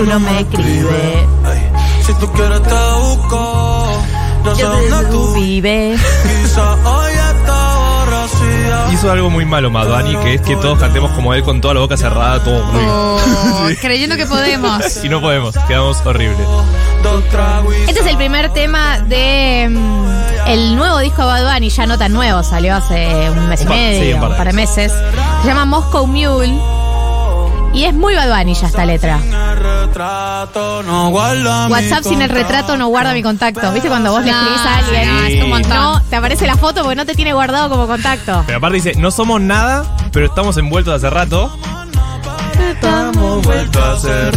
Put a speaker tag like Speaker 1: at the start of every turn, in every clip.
Speaker 1: no me escribe.
Speaker 2: Si tú quieres te busco. Yo sé dónde tú
Speaker 1: vives.
Speaker 2: Quizá hoy está borracía.
Speaker 3: Hizo algo muy malo Bad Bunny, que es que todos cantemos como él con toda la boca cerrada, todo muy...
Speaker 4: Creyendo que podemos.
Speaker 3: Y no podemos, quedamos horribles.
Speaker 1: Este es el primer tema de el nuevo disco de Bad Bunny, ya no tan nuevo, salió hace un mes y medio, un par de meses. Se llama Moscow Mule y es muy Bad Bunny ya esta letra. WhatsApp sin el retrato no guarda mi contacto. ¿Viste cuando vos le escribís a alguien?
Speaker 3: Sí.
Speaker 1: Es un montón. No, te aparece la foto porque no te tiene guardado como contacto.
Speaker 3: Pero aparte dice, no somos nada, pero estamos envueltos hace rato.
Speaker 1: Estamos vueltos hace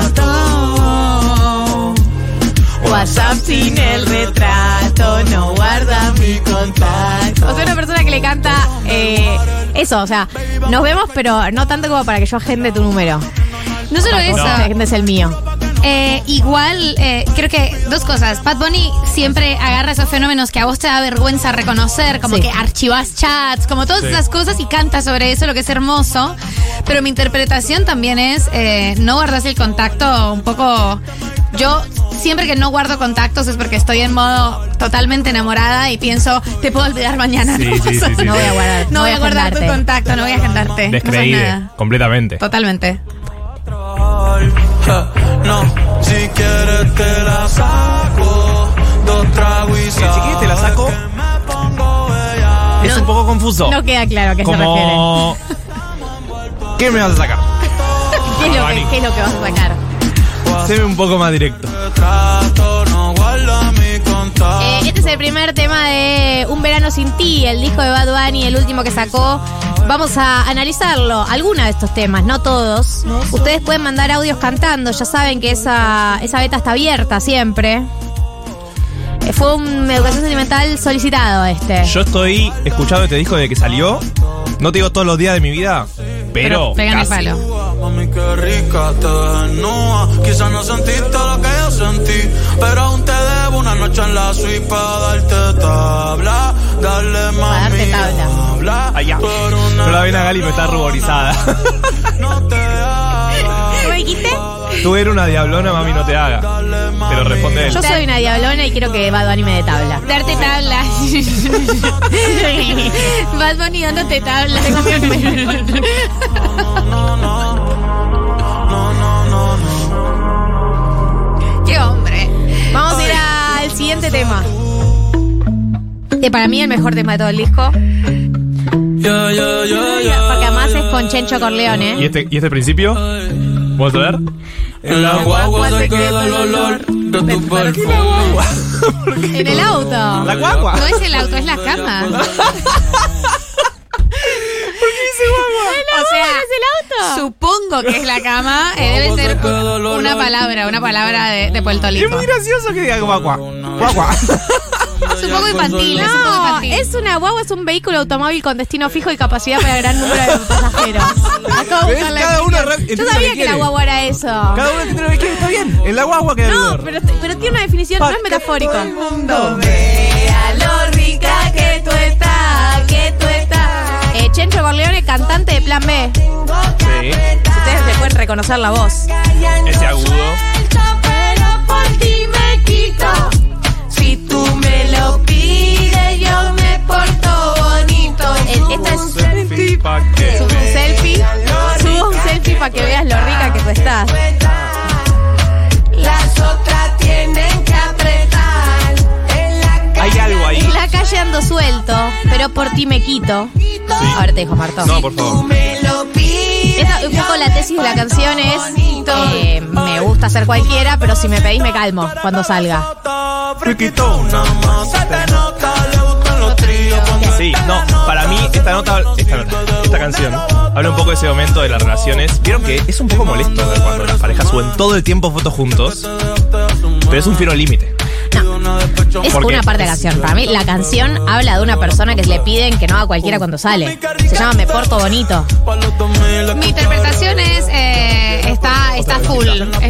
Speaker 1: rato. WhatsApp sin el retrato no guarda mi contacto. O sea, una persona que le canta eso, o sea, nos vemos, pero no tanto como para que yo agende tu número.
Speaker 4: No solo eso.
Speaker 1: No, agendes el mío.
Speaker 4: Igual, creo que dos cosas. Bad Bunny siempre agarra esos fenómenos que a vos te da vergüenza reconocer, como que archivás chats, como todas esas cosas y canta sobre eso, lo que es hermoso. Pero mi interpretación también es, no guardas el contacto un poco... Yo siempre que no guardo contactos es porque estoy en modo totalmente enamorada y pienso, te puedo olvidar mañana.
Speaker 3: Sí, sí, sí, sí.
Speaker 1: No voy a guardar.
Speaker 4: No voy a guardar tu contacto, no voy a agendarte.
Speaker 3: Descreíde, completamente.
Speaker 4: Totalmente.
Speaker 2: No, si quieres te la saco. Dos tragos y
Speaker 3: Si quieres te la saco. Es un poco confuso.
Speaker 1: No queda claro a qué se refiere.
Speaker 3: Como... ¿Qué me vas a sacar?
Speaker 1: ¿Qué es lo que vas a sacar?
Speaker 3: Séme un poco más directo.
Speaker 1: Este es el primer tema de Un Verano Sin Ti, el disco de Bad Bunny, el último que sacó. Vamos a analizarlo, algunos de estos temas, no todos. Ustedes pueden mandar audios cantando, ya saben que esa beta está abierta siempre. Fue un educación sentimental solicitado este.
Speaker 3: Yo estoy escuchando este disco desde que salió. No te digo todos los días de mi vida, pero
Speaker 4: pegan el
Speaker 3: casi.
Speaker 4: palo.
Speaker 2: Mami, qué rica te desnuda. Quizás no sentiste lo que yo sentí, pero aún te debo una noche en la suite para darte tabla. Dale, mami,
Speaker 1: darte tabla.
Speaker 2: habla.
Speaker 3: Allá. No la ven a Gali, me está ruborizada.
Speaker 2: No te hagas.
Speaker 1: ¿Cómo dijiste?
Speaker 3: Tú eres una diablona, mami, no te haga. Pero responde él.
Speaker 1: Yo soy una diablona y quiero que Bad Bunny me dé tabla.
Speaker 4: Darte tabla. Bad Bunny dándote tabla. Qué hombre.
Speaker 1: Vamos a ir al siguiente tema. Para mí el mejor tema de todo el disco. Porque además es con Chencho Corleone.
Speaker 3: ¿Y este principio? ¿Vamos a ver?
Speaker 2: En la guagua se queda el olor de tu perfume.
Speaker 1: En el auto.
Speaker 3: La guagua.
Speaker 4: No es el auto, es la cama.
Speaker 1: O sea, ¿es el auto?
Speaker 4: Supongo que es la cama. Debe ser una palabra de Puerto
Speaker 3: Es
Speaker 4: Rico.
Speaker 3: muy gracioso que diga guagua. Guagua.
Speaker 4: Es un poco infantil, es un poco
Speaker 1: No,
Speaker 4: infantil.
Speaker 1: es una guagua, es un vehículo automóvil con destino fijo y capacidad para gran número de pasajeros. Acabo de
Speaker 3: ¿Ves?
Speaker 1: buscar la
Speaker 3: Cada uno
Speaker 1: definición. Yo
Speaker 3: entiende lo
Speaker 1: sabía
Speaker 3: que
Speaker 1: que la
Speaker 3: quiere.
Speaker 1: guagua era eso.
Speaker 3: Cada uno entiende lo que quiere, está bien. En la guagua queda el
Speaker 1: No,
Speaker 3: olor.
Speaker 1: pero tiene una definición, no es metafórico.
Speaker 3: Todo el mundo
Speaker 1: Vea lo rica que tú estás. Chencho Corleone, cantante de Plan B.
Speaker 3: Sí.
Speaker 1: Ustedes le pueden reconocer la voz.
Speaker 3: Ese agudo.
Speaker 1: Pero por ti me quito. Si tú me lo pides, yo me porto bonito. Esta es
Speaker 3: Selfie pa' que
Speaker 1: subo un selfie. Subo un selfie para que veas lo rica que tú estás.
Speaker 5: Las otras tienen que apretar.
Speaker 3: Hay algo ahí.
Speaker 1: En la calle ando suelto, pero por ti me quito. A ver, te dejo, Marto.
Speaker 3: No, por favor.
Speaker 1: Esta, un poco la tesis de la canción es me gusta ser cualquiera, pero si me pedís me calmo cuando salga.
Speaker 2: Friquito, una más se te nota, le gustan los tríos.
Speaker 3: Sí, no, para mí esta canción habla un poco de ese momento de las relaciones. Vieron que es un poco molesto ver cuando las parejas suben todo el tiempo fotos juntos, pero es un fino límite.
Speaker 1: Es
Speaker 3: ¿Por qué?
Speaker 1: una parte de la canción. Para mí la canción habla de una persona que le piden que no haga cualquiera cuando sale. Se llama Me Porto Bonito.
Speaker 4: Mi interpretación es está full.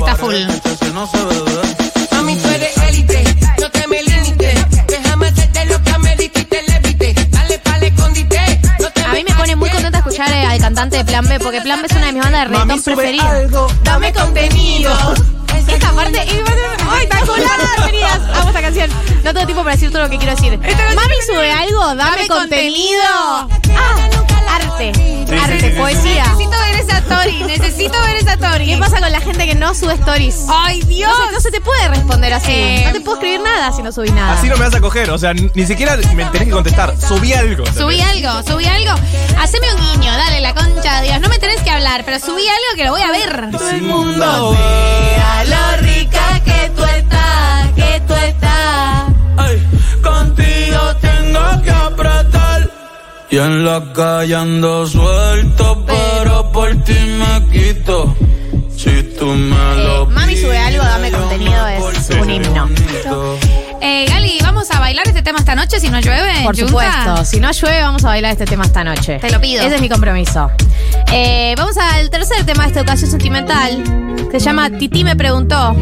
Speaker 5: Mami, tú eres élite, no te me limites. Déjame hacerte lo que me dijiste, levite. Dale pa'l escondite.
Speaker 1: A mí me pone muy contenta escuchar al cantante de Plan B, porque Plan B es una de mis bandas de
Speaker 3: Mami,
Speaker 1: reggaetón
Speaker 3: sube
Speaker 1: preferidas.
Speaker 3: algo,
Speaker 1: Dame contenido. Esta parte, espectacular, queridas. Amo esta canción. No tengo tiempo para decir todo lo que quiero decir. Mami, sube algo, dame contenido. Arte, arte, poesía.
Speaker 4: Necesito ver esa Tori, necesito ver esa Tori.
Speaker 1: ¿Qué pasa con la gente que no sube stories?
Speaker 4: ¡Ay, Dios!
Speaker 1: No se te puede responder así. No te puedo escribir nada si no subís nada.
Speaker 3: Así no me vas a coger, o sea, ni siquiera me tenés que contestar. Subí algo.
Speaker 4: Subí algo. Haceme un guiño, dale, la concha de Dios. No me tenés que hablar, pero subí algo que lo voy a ver.
Speaker 3: Todo el mundo.
Speaker 1: Vea lo rica que tú estás,
Speaker 2: Ay, contigo tengo que apretar. Y en la calle ando suelto, pero por ti me quito. Si tú me lo
Speaker 1: Mami, sube algo, dame contenido, es
Speaker 2: porque
Speaker 1: un himno.
Speaker 2: bonito.
Speaker 4: Gali, ¿vamos a bailar este tema esta noche si no llueve?
Speaker 1: Por
Speaker 4: Junta?
Speaker 1: supuesto, si no llueve vamos a bailar este tema esta noche.
Speaker 4: Te lo pido.
Speaker 1: Ese es mi compromiso. Vamos al tercer tema de esta ocasión sentimental, que se llama Titi me preguntó.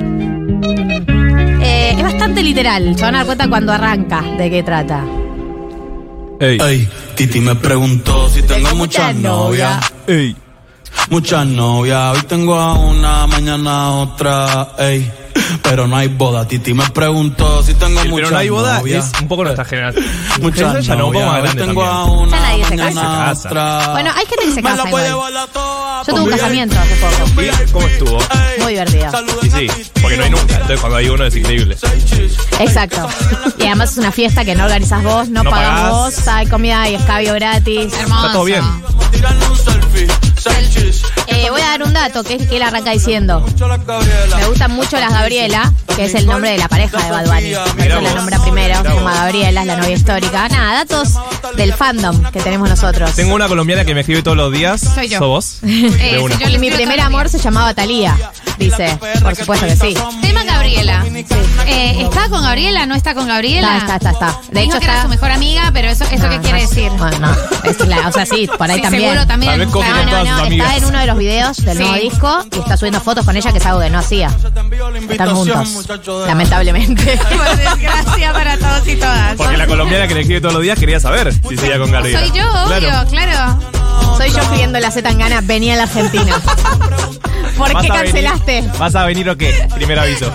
Speaker 1: Es bastante literal, se van a dar cuenta cuando arranca de qué trata.
Speaker 3: Ey.
Speaker 2: Ey, Titi me preguntó si tengo muchas novias.
Speaker 3: Ey.
Speaker 2: Muchas novias, hoy tengo a una, mañana a otra, ey. Pero no hay boda, Titi me preguntó si tengo muchas
Speaker 3: Pero no hay boda,
Speaker 2: novias.
Speaker 3: es un poco nuestra generación.
Speaker 2: Muchas
Speaker 3: Ya no, un poco más
Speaker 2: novias, hoy
Speaker 3: grande
Speaker 2: tengo a
Speaker 3: también.
Speaker 2: una,
Speaker 1: Ya nadie se
Speaker 2: mañana a
Speaker 3: casa.
Speaker 2: otra.
Speaker 1: Bueno, hay gente que se
Speaker 2: Me
Speaker 1: casa
Speaker 2: la puede
Speaker 1: igual.
Speaker 2: llevar toda.
Speaker 1: Yo tuve un casamiento hace poco.
Speaker 3: ¿Y cómo estuvo?
Speaker 1: Muy divertido.
Speaker 3: Y sí, porque no hay nunca. Entonces cuando hay uno es increíble.
Speaker 1: Exacto. Y además es una fiesta que no organizás vos, no
Speaker 3: No
Speaker 1: pagás
Speaker 3: pagás.
Speaker 1: vos, hay comida y escabio gratis.
Speaker 4: Hermoso.
Speaker 3: Está todo bien.
Speaker 2: Tirarle un selfie, selfies.
Speaker 1: Voy a dar un dato que es que él arranca diciendo.
Speaker 2: Mucho la Gabriela.
Speaker 1: Me gustan mucho las Gabriela, que es el nombre de la pareja de Bad Bunny. Por eso la nombra primero, se llama Gabriela, es la novia histórica. Nada, datos del fandom que tenemos nosotros.
Speaker 3: Tengo una colombiana que me escribe todos los días.
Speaker 4: Soy yo.
Speaker 3: ¿Sos vos?
Speaker 4: Sí,
Speaker 3: De una.
Speaker 4: yo le
Speaker 1: Mi
Speaker 4: escribo
Speaker 1: primer
Speaker 4: todos los
Speaker 1: amor se llamaba Thalía, dice. Por supuesto que sí.
Speaker 4: Tema Gabriela. ¿Está con Gabriela? ¿No está con Gabriela?
Speaker 1: Está. De
Speaker 4: Dijo
Speaker 1: hecho,
Speaker 4: que era
Speaker 1: está.
Speaker 4: su mejor amiga, pero ¿eso qué quiere decir?
Speaker 1: Bueno, no. O sea, sí, por ahí
Speaker 4: Sí,
Speaker 1: también.
Speaker 4: seguro también.
Speaker 3: Tal vez coge
Speaker 4: Claro,
Speaker 3: con todas sus
Speaker 1: Está
Speaker 3: amigas.
Speaker 1: en uno de los videos del
Speaker 4: Sí.
Speaker 1: nuevo disco y está subiendo fotos con ella, que es algo que no hacía. Están juntos, lamentablemente.
Speaker 4: Por desgracia para todos y todas.
Speaker 3: Porque la colombiana que le escribe todos los días quería saber si seguía con Gabriela.
Speaker 4: Soy yo, obvio, claro.
Speaker 1: Soy yo pidiendo la Z Tangana, venía a la Argentina. ¿Por qué
Speaker 3: ¿Vas a venir?
Speaker 1: cancelaste?
Speaker 3: ¿Vas a venir o qué? Primer aviso.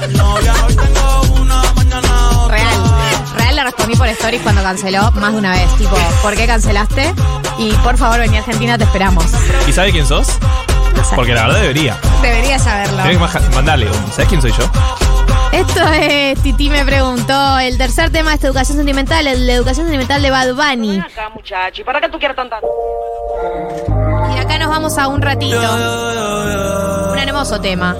Speaker 1: Real le respondí por stories cuando canceló más de una vez. Tipo, ¿por qué cancelaste? Y por favor, vení a Argentina, te esperamos.
Speaker 3: ¿Y sabe quién sos? Porque la verdad debería.
Speaker 4: Debería saberlo.
Speaker 3: Tenés que mandarle. ¿Sabes quién soy yo?
Speaker 1: Esto es Titi me preguntó. El tercer tema de esta educación sentimental, el de educación sentimental de Bad Bunny.
Speaker 6: Acá, muchacho, ¿y para qué tú quieres tanta?
Speaker 1: Y acá nos vamos a un ratito. Un hermoso tema.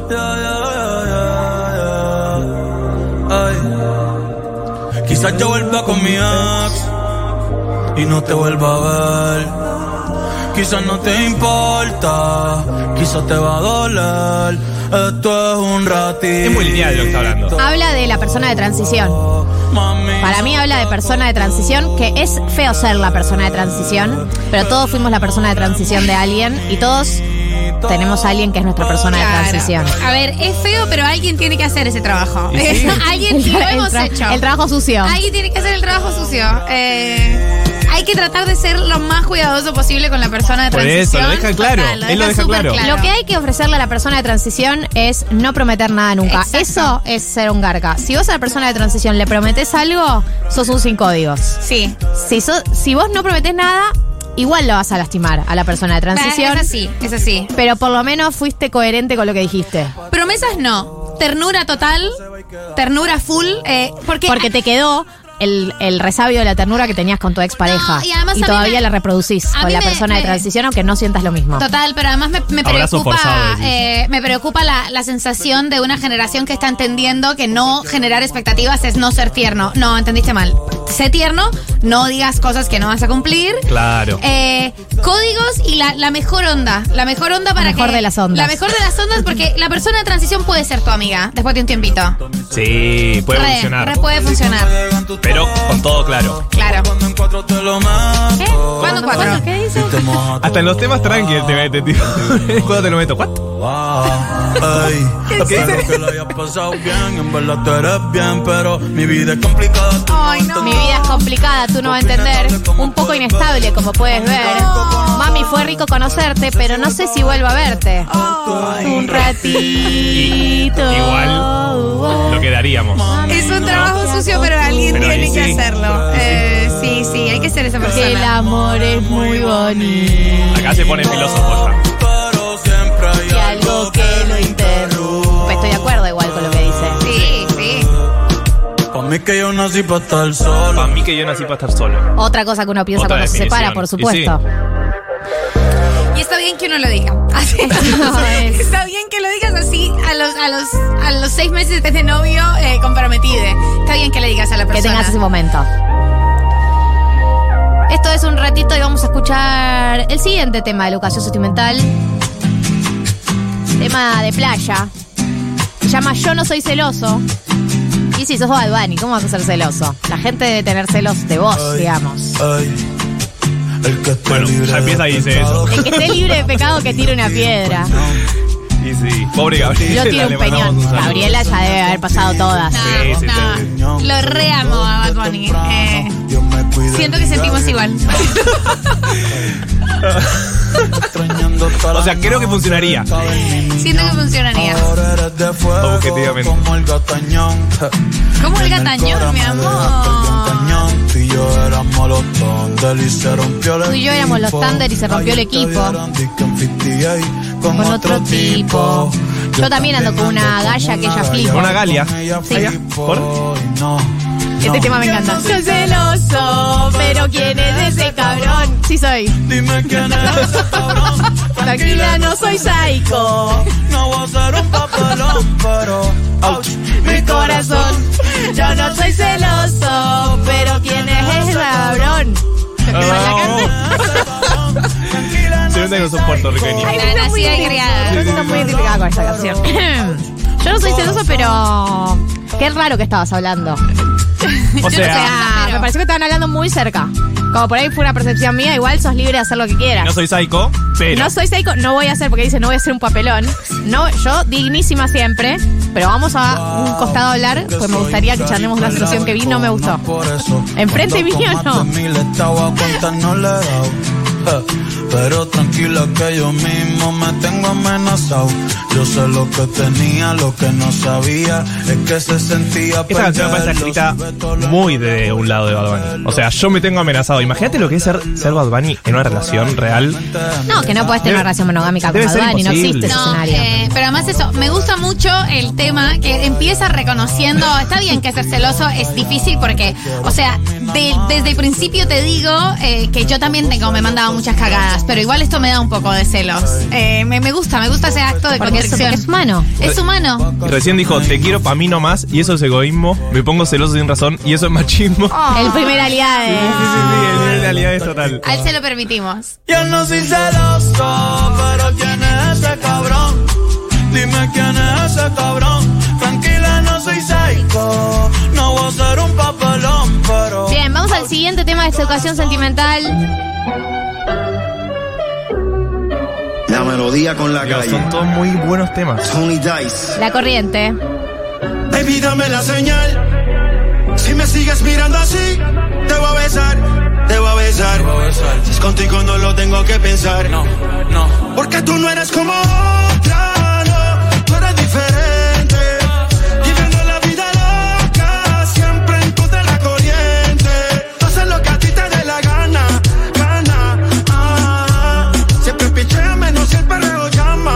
Speaker 2: Ay. Quizás yo vuelva con mi ex y no te vuelva a ver. Quizás no te importa, quizás te va a doler. Esto es un ratito.
Speaker 3: Es muy lineal lo que está hablando.
Speaker 1: Habla de la persona de transición.
Speaker 2: Mami,
Speaker 1: Para mí habla de persona de transición, que es feo ser la persona de transición, pero todos fuimos la persona de transición de alguien y todos tenemos a alguien que es nuestra persona de
Speaker 4: Claro.
Speaker 1: transición.
Speaker 4: A ver, es feo, pero alguien tiene que hacer ese trabajo.
Speaker 3: ¿Y sí?
Speaker 4: Alguien y lo hemos hecho.
Speaker 1: El trabajo sucio.
Speaker 4: Alguien tiene que hacer el trabajo sucio. Hay que tratar de ser lo más cuidadoso posible con la persona de
Speaker 3: Por
Speaker 4: transición.
Speaker 3: eso, lo deja claro. Él lo deja
Speaker 4: súper
Speaker 3: claro.
Speaker 1: Lo que hay que ofrecerle a la persona de transición es no prometer nada nunca.
Speaker 4: Exacto.
Speaker 1: Eso es ser un garca. Si vos a la persona de transición le prometés algo, sos un sin códigos.
Speaker 4: Sí.
Speaker 1: Si vos no prometés nada, igual lo vas a lastimar a la persona de transición.
Speaker 4: Es así.
Speaker 1: Pero por lo menos fuiste coherente con lo que dijiste.
Speaker 4: Promesas no. Ternura total. Ternura full.
Speaker 1: Porque te quedó el resabio de la ternura que tenías con tu expareja.
Speaker 4: No, y además a mí
Speaker 1: todavía
Speaker 4: me-
Speaker 1: la reproducís
Speaker 4: a
Speaker 1: con
Speaker 4: mí
Speaker 1: la
Speaker 4: me-
Speaker 1: persona de
Speaker 4: me-
Speaker 1: transición, aunque no sientas lo mismo.
Speaker 4: Total, pero además me
Speaker 3: Abrazo
Speaker 4: preocupa,
Speaker 3: forzado, decís.
Speaker 4: me preocupa la sensación de una generación que está entendiendo que no generar expectativas es no ser tierno. No, entendiste mal. Sé tierno, no digas cosas que no vas a cumplir.
Speaker 3: Claro.
Speaker 4: Códigos y la mejor onda. La mejor onda para
Speaker 1: mejor
Speaker 4: que...
Speaker 1: de las ondas.
Speaker 4: La mejor de las ondas porque la persona de transición puede ser tu amiga después de un tiempito.
Speaker 3: Sí, puede funcionar.
Speaker 4: Re puede funcionar.
Speaker 3: Pero con todo claro.
Speaker 4: Claro.
Speaker 2: Cuando en cuatro te lo meto.
Speaker 4: ¿Cuándo cuatro?
Speaker 1: ¿Qué dice?
Speaker 2: Y te mojas
Speaker 3: Hasta en los temas tranquilos te mete, tío. ¿Cuándo te lo meto? ¿Cuánto?
Speaker 2: Espero que lo hayas pasado bien. En verdad tú eres bien, pero mi vida es complicada.
Speaker 4: Ay, no.
Speaker 1: Mi vida es complicada, tú no vas a entender. Un poco inestable, como puedes ver. Mami, fue rico conocerte, pero no sé si vuelvo a verte. Un ratito.
Speaker 3: Igual lo quedaríamos.
Speaker 4: Es un trabajo sucio, pero alguien
Speaker 3: Pero
Speaker 4: tiene
Speaker 3: ahí
Speaker 4: que
Speaker 3: sí.
Speaker 4: hacerlo. Sí, hay que ser esa
Speaker 1: Que el
Speaker 4: persona.
Speaker 1: amor es muy bonito.
Speaker 3: Acá se pone filósofo ya.
Speaker 2: Pero siempre hay
Speaker 1: Y algo que lo interrumpe. Estoy de acuerdo igual con lo que dice.
Speaker 4: Sí.
Speaker 2: Pa' mí que yo nací pa' estar solo.
Speaker 3: Para mí que yo nací para estar solo.
Speaker 1: Otra cosa que uno piensa
Speaker 3: Otra
Speaker 1: cuando se separa, por
Speaker 3: definición.
Speaker 1: supuesto.
Speaker 4: Y está bien que uno lo diga. Así. Está bien que lo digas así a los 6 meses de novio comprometide. Está bien que le digas a la
Speaker 1: Que
Speaker 4: persona.
Speaker 1: tengas ese momento. Esto es un ratito y vamos a escuchar el siguiente tema de educación sentimental. Tema de playa. Se llama Yo no soy celoso. Y si sos Bad Bunny, ¿cómo vas a ser celoso? La gente debe tener celos de vos, digamos.
Speaker 2: El que esté
Speaker 3: Bueno,
Speaker 2: libre
Speaker 3: ya empieza
Speaker 2: de
Speaker 3: y dice
Speaker 2: pecado.
Speaker 3: eso.
Speaker 1: El que esté libre de pecado que tire una piedra.
Speaker 3: Y sí. Pobre Gabriela.
Speaker 1: Yo tiro
Speaker 3: le
Speaker 1: un peñón.
Speaker 3: mandamos un saludo.
Speaker 1: Gabriela ya debe haber pasado todas.
Speaker 3: Sí.
Speaker 4: No. Lo reamo a Bad Bunny.
Speaker 2: Dios me cuide.
Speaker 4: Siento que sentimos igual.
Speaker 2: Extrañando toda la
Speaker 3: O sea, creo que funcionaría.
Speaker 4: Siento que funcionaría.
Speaker 2: Ahora eres de fuego,
Speaker 3: Objetivamente.
Speaker 2: como el gatañón.
Speaker 4: Como el gatañón, mi amor.
Speaker 2: Tú y yo éramos los Thunder y se rompió el
Speaker 1: Tú y yo éramos los
Speaker 2: equipo.
Speaker 1: Thunder y se rompió el
Speaker 2: Ayer te
Speaker 1: equipo.
Speaker 2: vieron disque en 58
Speaker 1: Con otro tipo. Yo también ando con una galla que ella flipa.
Speaker 3: ¿Una galia?
Speaker 1: Sí.
Speaker 3: ¿Por?
Speaker 1: Este tema me encanta. Soy celoso, pero ¿quién es ese cabrón? Sí soy.
Speaker 2: Dime quién es ese cabrón.
Speaker 1: Tranquila, no soy psycho.
Speaker 2: No voy a ser un papelón, pero ouch,
Speaker 1: Mi corazón, yo no soy celoso, pero ¿quién es ese cabrón?
Speaker 3: Se nota que no son puertorriqueños.
Speaker 4: La nacida y criada.
Speaker 1: Yo estoy muy identificada con esta canción. Yo no soy celoso, pero qué raro que estabas hablando.
Speaker 3: O
Speaker 1: O
Speaker 3: sea,
Speaker 1: sea, me pareció que estaban hablando muy cerca. Como por ahí fue una percepción mía, igual sos libre de hacer lo que quieras.
Speaker 3: no soy psycho, pero.
Speaker 1: No soy psycho, no voy a hacer, porque dice no voy a hacer un papelón. No, yo dignísima siempre, pero vamos a un costado a hablar, pues me gustaría que charlemos una situación que vi, no me gustó. Enfrente mío, no.
Speaker 2: Pero tranquila que yo mismo me tengo amenazado. Yo sé lo que tenía, lo que no sabía es que se sentía.
Speaker 3: Esta canción me parece escrita muy de un lado de Bad Bunny. O sea, yo me tengo amenazado. Imagínate lo que es ser Bad Bunny en una relación real.
Speaker 1: No, que no puedes tener una relación monogámica con
Speaker 3: debe ser
Speaker 1: Bad Bunny, no
Speaker 3: imposible.
Speaker 1: existe ese
Speaker 4: No,
Speaker 1: escenario.
Speaker 4: pero además eso, me gusta mucho el tema que empieza reconociendo, está bien que ser celoso es difícil porque, o sea, desde el principio te digo que yo también me he mandado muchas cagadas, pero igual esto me da un poco de celos. Me gusta ese acto de
Speaker 1: Porque
Speaker 4: contrición.
Speaker 1: es humano.
Speaker 4: Es humano.
Speaker 3: Y recién dijo, te quiero pa' mí nomás, y eso es egoísmo. Me pongo celoso sin razón, y eso es machismo.
Speaker 1: El primer aliado.
Speaker 3: Sí, en realidad es total.
Speaker 4: A él se lo permitimos.
Speaker 2: Yo no soy celoso, pero ¿quién es ese cabrón? Dime quién es ese cabrón. Tranquila, no soy psycho. No voy a ser un papelón, pero.
Speaker 1: Bien, vamos al siguiente tema de esta educación sentimental.
Speaker 7: La melodía con la
Speaker 3: Dios,
Speaker 7: calle.
Speaker 3: son todos muy buenos temas.
Speaker 7: Tony Dice.
Speaker 1: La corriente.
Speaker 7: Baby, dame la señal. Si me sigues mirando así, te voy a besar, te voy a besar. Si es contigo no lo tengo que pensar.
Speaker 2: No.
Speaker 7: Porque tú no eres como otra, no. Tú eres diferente. Viviendo la vida loca, siempre en contra de la corriente. Haces lo que a ti te dé la gana. Siempre pichea menos si el perreo llama.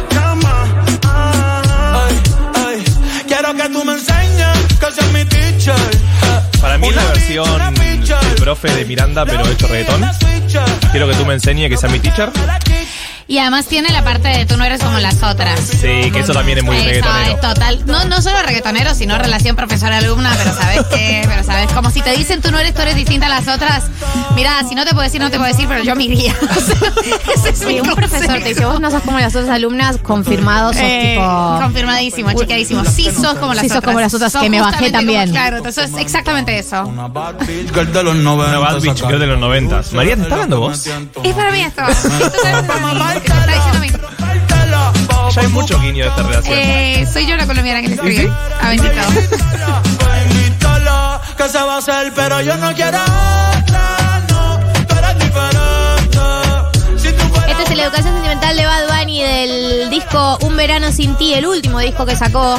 Speaker 2: Quiero que tú me enseñes que seas mi teacher.
Speaker 3: Para mí es la versión del profe de Miranda, pero hecho reggaetón. Quiero que tú me enseñes que sea mi teacher.
Speaker 4: Y además tiene la parte de tú no eres como las otras.
Speaker 3: Sí, que eso también es muy
Speaker 4: Eso
Speaker 3: reggaetonero.
Speaker 4: es total. No solo reggaetonero, sino relación profesor-alumna, pero ¿sabes qué? Pero ¿sabes? Como si te dicen tú eres distinta a las otras. Mira, si no te puedo decir, no te puedo decir, pero yo me iría. O sea, ese es
Speaker 1: Sí,
Speaker 4: mi
Speaker 1: un profesor te dice, vos no sos como las otras alumnas, confirmado, sos tipo...
Speaker 4: Confirmadísimo, chequeadísimo. Sí sos como las
Speaker 1: Sí sos
Speaker 4: otras.
Speaker 1: como las otras,
Speaker 4: Sos
Speaker 1: que me bajé
Speaker 4: justamente
Speaker 1: también.
Speaker 4: como- claro, entonces es exactamente eso.
Speaker 2: Una bad bitch girl de los 90.
Speaker 3: Una bad bitch girl de los 90. María, ¿te está hablando vos?
Speaker 4: Es para mí esto. Esto es como que me está diciendo a mí.
Speaker 3: Ya hay mucho guiño de esta relación.
Speaker 4: Soy yo la colombiana que le escribe.
Speaker 3: ¿Sí?
Speaker 4: A Benito.
Speaker 2: Invítala, que se va a hacer, pero yo no quiero otra, no, tú eres diferente. Si tú fueras
Speaker 1: Este es el Educación Sentimental de Bad Bunny del disco Un Verano Sin Ti, el último disco que sacó.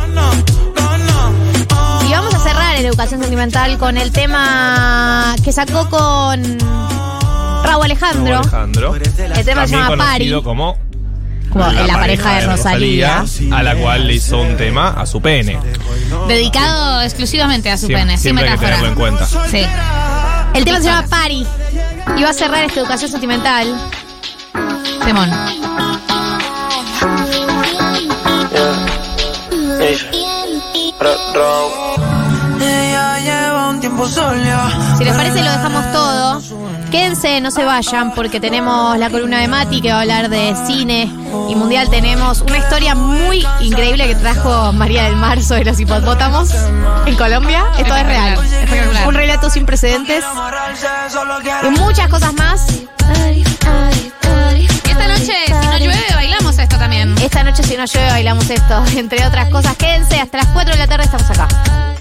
Speaker 1: Y vamos a cerrar el Educación Sentimental con el tema que sacó con Raúl Alejandro. El tema se
Speaker 3: También
Speaker 1: llama Pari.
Speaker 3: conocido como
Speaker 1: La pareja de Rosalía.
Speaker 3: a la cual le hizo un tema a su pene.
Speaker 4: Dedicado exclusivamente a su pene, sin
Speaker 3: Siempre hay que
Speaker 4: metáfora.
Speaker 3: tenerlo en cuenta.
Speaker 4: Sí.
Speaker 1: El tema se llama Pari. Y va a cerrar esta Educación Sentimental.
Speaker 4: Temón.
Speaker 2: Ella lleva un tiempo sola.
Speaker 1: Si les parece, lo dejamos todo. Quédense, no se vayan, porque tenemos la columna de Mati que va a hablar de cine y mundial. Tenemos una historia muy increíble que trajo María del Mar sobre los hipopótamos en Colombia. Esto es real.
Speaker 4: Espectacular.
Speaker 1: Un relato sin precedentes. Y muchas cosas más.
Speaker 4: Y esta noche, si no llueve, bailamos esto también.
Speaker 1: Esta noche, si no llueve, bailamos esto. Entre otras cosas, quédense. Hasta las 4 de la tarde estamos acá.